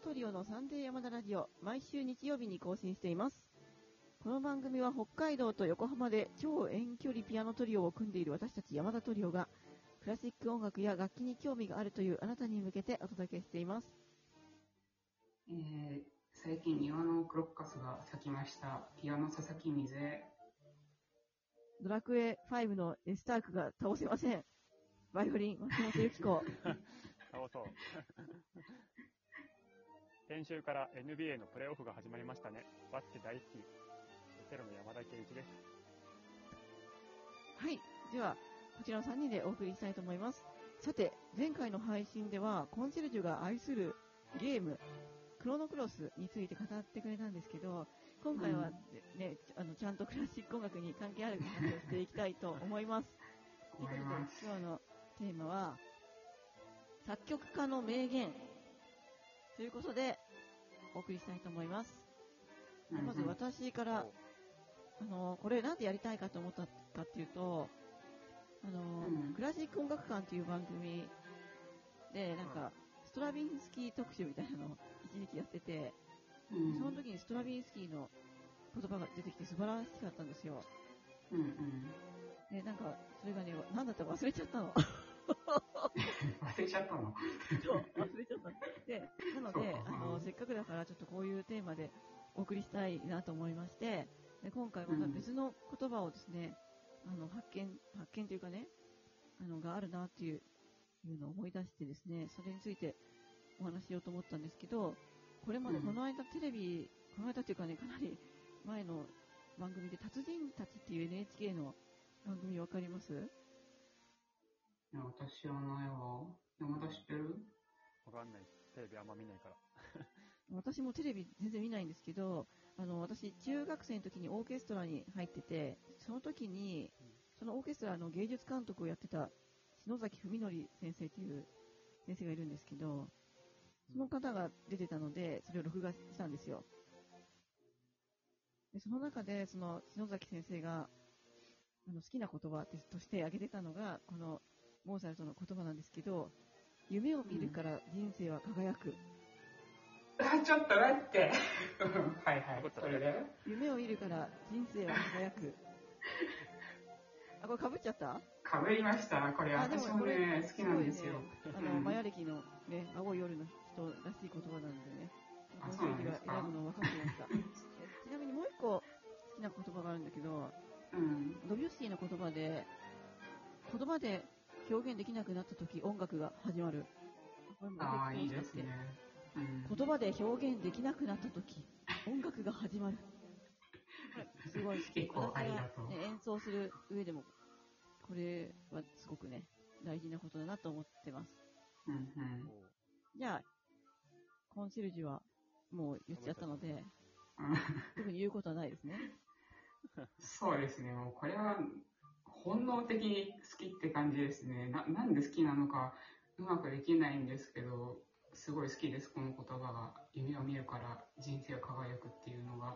トリオのサンデー山田ラジオ、毎週日曜日に更新しています。この番組は北海道と横浜で超遠距離ピアノトリオを組んでいる私たち山田トリオが、クラシック音楽や楽器に興味があるというあなたに向けてお届けしています。 最近庭のクロッカスが咲きました。ピアノ佐々木水江。 ドラクエ5のエスタークが倒せません。バイオリン、松本由紀子。 倒そう。先週から NBA のプレーオフが始まりましたね。バスケ大好き。テロの山田圭一です。 はい。では、こちらの3人でお送りしたいと思います。さて、前回の配信では、コンシェルジュが愛するゲーム、クロノクロスについて語ってくれたんですけど、今回はね、ちゃんとクラシック音楽に関係ある話をしていきたいと思います。ということで、今日のテーマは、作曲家の名言ということで、お送りしたいと思います。まず私から、これなんでやりたいかと思ったかっていうと、クラシック音楽館っていう番組で、なんか、ストラビンスキー特集みたいなのを一時期やってて、その時にストラビンスキーの言葉が出てきて素晴らしかったんですよ。で、なんか、それがね、何だったか忘れちゃったの。 忘れちゃったのそう、忘れちゃった。で、なので、せっかくだからちょっとこういうテーマでお送りしたいなと思いまして、で今回また別の言葉をですね、発見というかね、があるなっていうのを思い出してですね、それについてお話ししようと思ったんですけど、これまでこの間テレビ、この間っていうかね、かなり前の番組で達人たちっていう NHK の番組わかります？ いや、私はないわ。山田知ってる？ わかんない。テレビあんま見ないから。 私もテレビ全然見ないんですけど、私中学生の時にオーケストラに入ってて、その時に、そのオーケストラの芸術監督をやってた篠崎文則先生という先生がいるんですけど、その方が出てたので、それを録画したんですよ。でその中で、その篠崎先生が好きな言葉として挙げてたのが、このモーツァルトの言葉なんですけど、夢を見るから人生は輝く。 ちょっと待って。はいはい。それで夢を見るから人生は輝く。あ、これ被っちゃった？ 被りました。これ私もね、好きなんですよ。 マヤ歴のね、青い夜の人らしい言葉なんでね。 あ、そうなんですか？ 選ぶの分かってました。ちなみにもう一個好きな言葉があるんだけど、ドビュッシーの言葉で表現できなくなった時音楽が始まる。 ああ、いいですね。 言葉で表現できなくなった時音楽が始まる。すごい好き。 結構ありがとう。 私が、演奏する上でもこれはすごくね大事なことだなと思ってます。じゃあコンシェルジュはもう言っちゃったので特に言うことはないですね。 そうですね。もうこれは本能的に好きって感じですね。なんで好きなのかうまくできないんですけど、すごい好きです。この言葉が。夢を見るから人生が輝くっていうのが。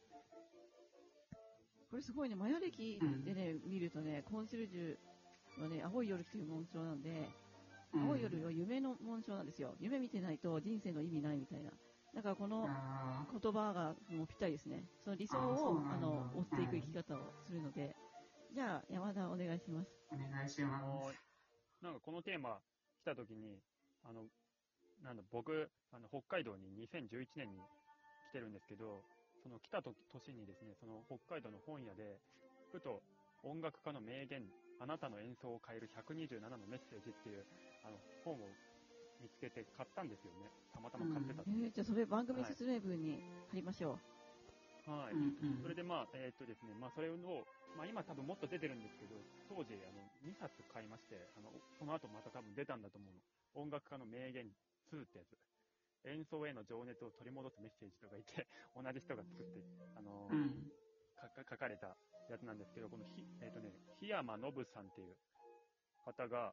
これすごいね、マヤ歴でね、見るとね、コンシェルジュのね、青い夜っていう紋章なんで、青い夜は夢の紋章なんですよ。夢見てないと人生の意味ないみたいな。だからこの言葉がもうぴったりですね。その理想を追っていく生き方をするので、じゃあ山田お願いします。 お願いします。 なんかこのテーマ来た時に、僕、北海道に2011年に来てるんですけど、その来た年にですね、その北海道の本屋で、ふと音楽家の名言、あなたの演奏を変える127のメッセージっていう本を見つけて買ったんですよね。たまたま買ってたって。 じゃあそれ番組説明文に貼りましょう。はい。それでですね、それを、今多分もっと出てるんですけど、当時2冊買いまして、その後また多分出たんだと思うの。音楽家の名言2ってやつ。演奏への情熱を取り戻すメッセージとかいて、同じ人が作って、書かれたやつなんですけど、この檜山信さんっていう方が、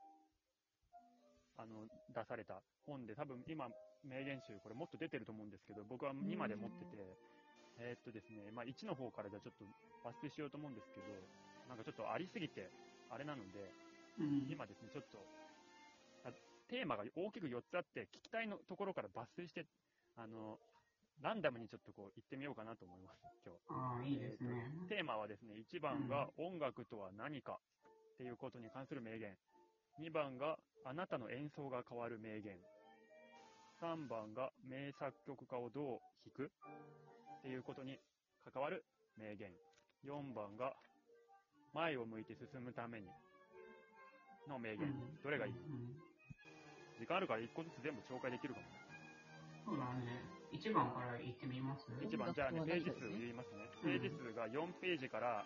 出された本で、多分今、名言集、これもっと出てると思うんですけど、僕は2まで持ってて、ですね、1の方からじゃあちょっと抜粋しようと思うんですけど、なんかちょっとありすぎて、あれなので、今ですね、ちょっと、テーマが大きく4つあって、聞きたいのところから抜粋してランダムにちょっとこう言ってみようかなと思います、今日。 ああ、いいですね。 テーマはですね、1番が音楽とは何かっていうことに関する名言。2番があなたの演奏が変わる名言。3番が名作曲家をどう弾くっていうことに関わる名言。4番が前を向いて進むためにの名言。どれがいい？時間あるから1個ずつ全部紹介できるかもね。 そうだね。1番から言ってみます？ 1番、じゃあね、ページ数言いますね。ページ数が4ページから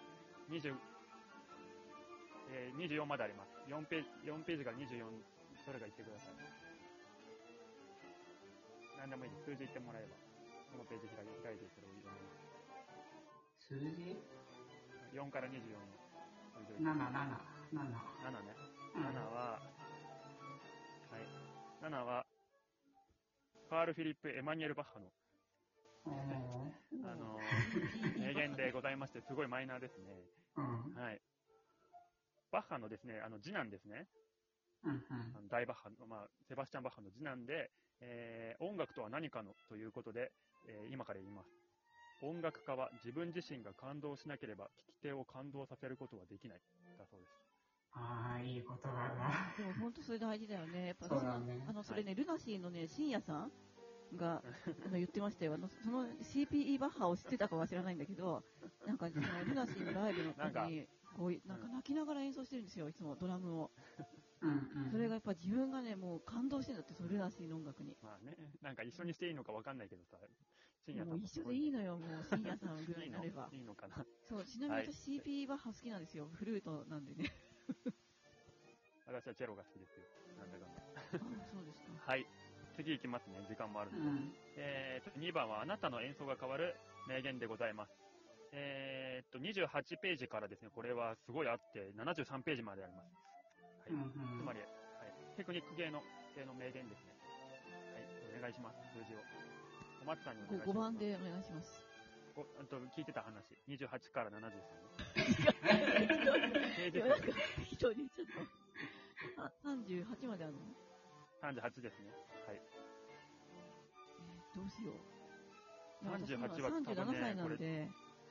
24まであります。4ページから24、どれか言ってください。何でもいいです。数字言ってもらえば。このページ開いてそれを読めます。 数字 ?4 から24の数字を 7、7、7。 7ね。7は、はい。7は、カール・フィリップ・エマニュエル・バッハの、名言でございまして、すごいマイナーですね。はい。バッハのですね、次男ですね。大バッハの、セバスチャン・バッハの次男で、音楽とは何かのということで、今から言います。音楽家は自分自身が感動しなければ聞き手を感動させることはできない。だそうです。 ああ、いい言葉だ。 でも本当それ大事だよね。やっぱそうだね。 それね、ルナシーのね、深夜さんが言ってましたよ。その CPE バッハを知ってたかは知らないんだけど、なんかそのルナシーのライブの時に、こうなんか泣きながら演奏してるんですよ、いつもドラムを。それがやっぱ自分がね、もう感動してんだって、そのルナシーの音楽に。 まあね、なんか一緒にしていいのかわかんないけどさ、深夜さんもう一緒でいいのよ、もう深夜さんぐらいになれば。 いいのかな。 そう、ちなみに私 CPE バッハ好きなんですよ、フルートなんでね。 私はチェロが好きですよ。なんだかんだ。 あ、そうですか。 はい。次行きますね。時間もあるので。2番はあなたの演奏が変わる名言でございます。28ページからですね、これはすごいあって、73ページまであります。はい。つまり、はい、テクニック系の名言ですね。はい。お願いします。数字を。小松さんにお願いします。 5番でお願いします。 聞いてた話。28から73。 ページ数。なんか、人にちょっと。38まであるの？ 38ですね。はい。 どうしよう。 38は多分ね、 37歳なんで。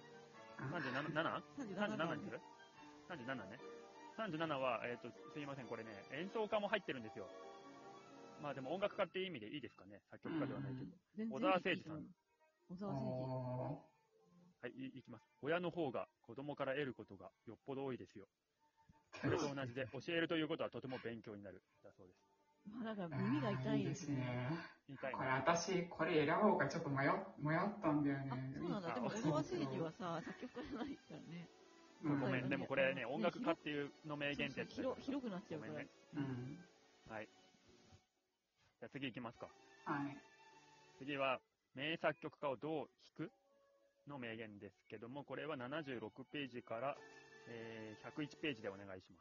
37 にする ?37 ね。37は、すいません、これね、演奏家も入ってるんですよ。まあでも音楽家っていう意味でいいですかね。作曲家ではないけど。小沢誠二さん。 小沢誠二。 はい、いきます。親の方が子供から得ることがよっぽど多いですよ。それと同じで、教えるということはとても勉強になる。だそうです。 なんか耳が痛いですね。 痛いね。 これ私、これ選ぼうかちょっと迷ったんだよね。 そうなんだ。でも小沢誠二はさ、作曲家じゃないからね。 ごめん、でもこれね、音楽家っていうの名言ってやつ。 広くなっちゃうから。 ね。はい。じゃあ次行きますか。 はい。 次は、名作曲家をどう弾くの名言ですけども、これは76ページから、101ページでお願いします。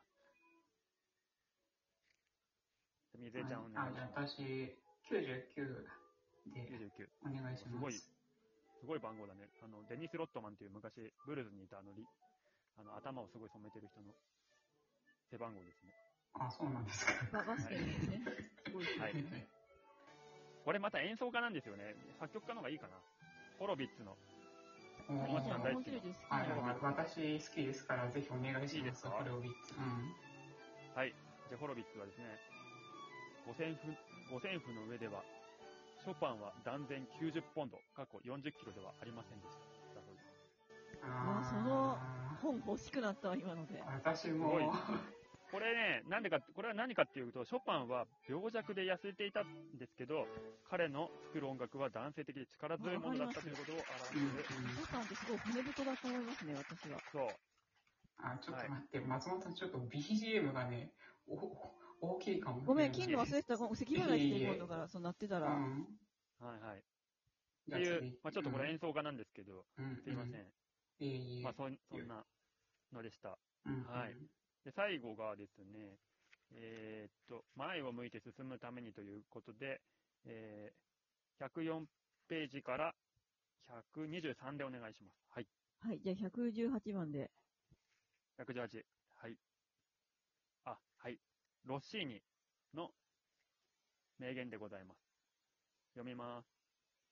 水江ちゃんお願いします。 私、99でお願いします。 すごい番号だね。デニス・ロットマンっていう昔、ブルーズにいた頭をすごい染めてる人の背番号ですね。 あ、そうなんですか。 バスケですね。 はい。これまた演奏家なんですよね。作曲家の方がいいかな。ホロビッツの。 小松さん大好きな。私好きですから、ぜひお願いします。いいですか？ホロビッツ。 はい。じゃあ、ホロビッツはですね、五線譜の上では、ショパンは断然90ポンド、過去40キロではありませんでした。だそうです。 その本欲しくなったわ、今ので。 私も。 これね、これは何かっていうと、ショパンは病弱で痩せていたんですけど、彼の作る音楽は男性的で力強いものだったということを表している。 ショパンってすごい骨太だと思いますね、私は。 そう。 ちょっと待って、松本さん、ちょっと BGM がね、大きいかも。 ごめん、金の忘れてた。咳払いしてる今度から、そうなってたら。 はいはい。っていう、ちょっとこれ演奏家なんですけど、すいません。そんなのでした。はい。で、最後がですね、前を向いて進むためにということで、104ページから123でお願いします。はい。 はい、じゃあ118番で。 118。はい。はい。ロッシーニの名言でございます。読みます。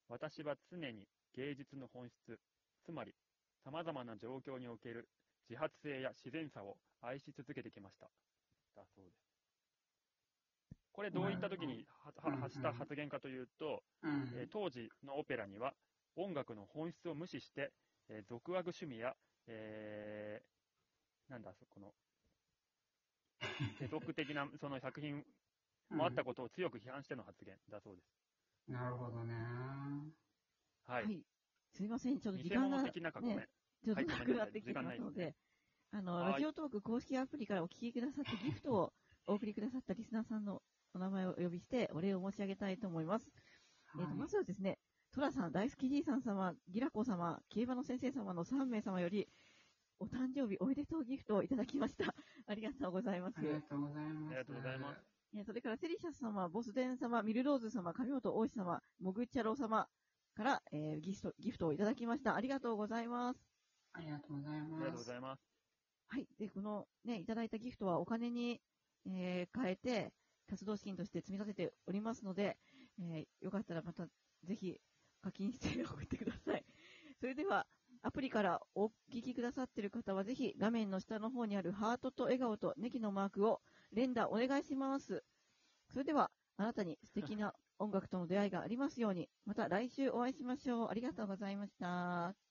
私は常に芸術の本質、つまり様々な状況における自発性や自然さを愛し続けてきました。だそうです。これどういった時に発した発言かというと、当時のオペラには音楽の本質を無視して、俗悪趣味や、この世俗的なその作品もあったことを強く批判しての発言だそうです。 なるほどね。 はい。 はい。すいません、ちょっと時間が、ね、ちょっとなくなってきてますので、ラジオトーク公式アプリからお聞きくださってギフトをお送りくださったリスナーさんのお名前をお呼びしてお礼を申し上げたいと思います。まずはですね、トラさん、大好きじいさん様、ギラコ様、競馬の先生様の3名様より、お誕生日おめでとうギフトをいただきました。ありがとうございます。 ありがとうございます。 ありがとうございます。 それからセリシャス様、ボスデン様、ミルローズ様、神本大石様、モグチャロ様から、ギフトをいただきました。ありがとうございます。 ありがとうございます。 ありがとうございます。 はい。で、このね、いただいたギフトはお金に、変えて、活動資金として積み立てておりますので、よかったらまたぜひ課金して送ってください。それでは、アプリからお聞きくださっている方は、ぜひ画面の下の方にあるハートと笑顔とネギのマークを連打お願いします。それでは、あなたに素敵な音楽との出会いがありますように、また来週お会いしましょう。ありがとうございました。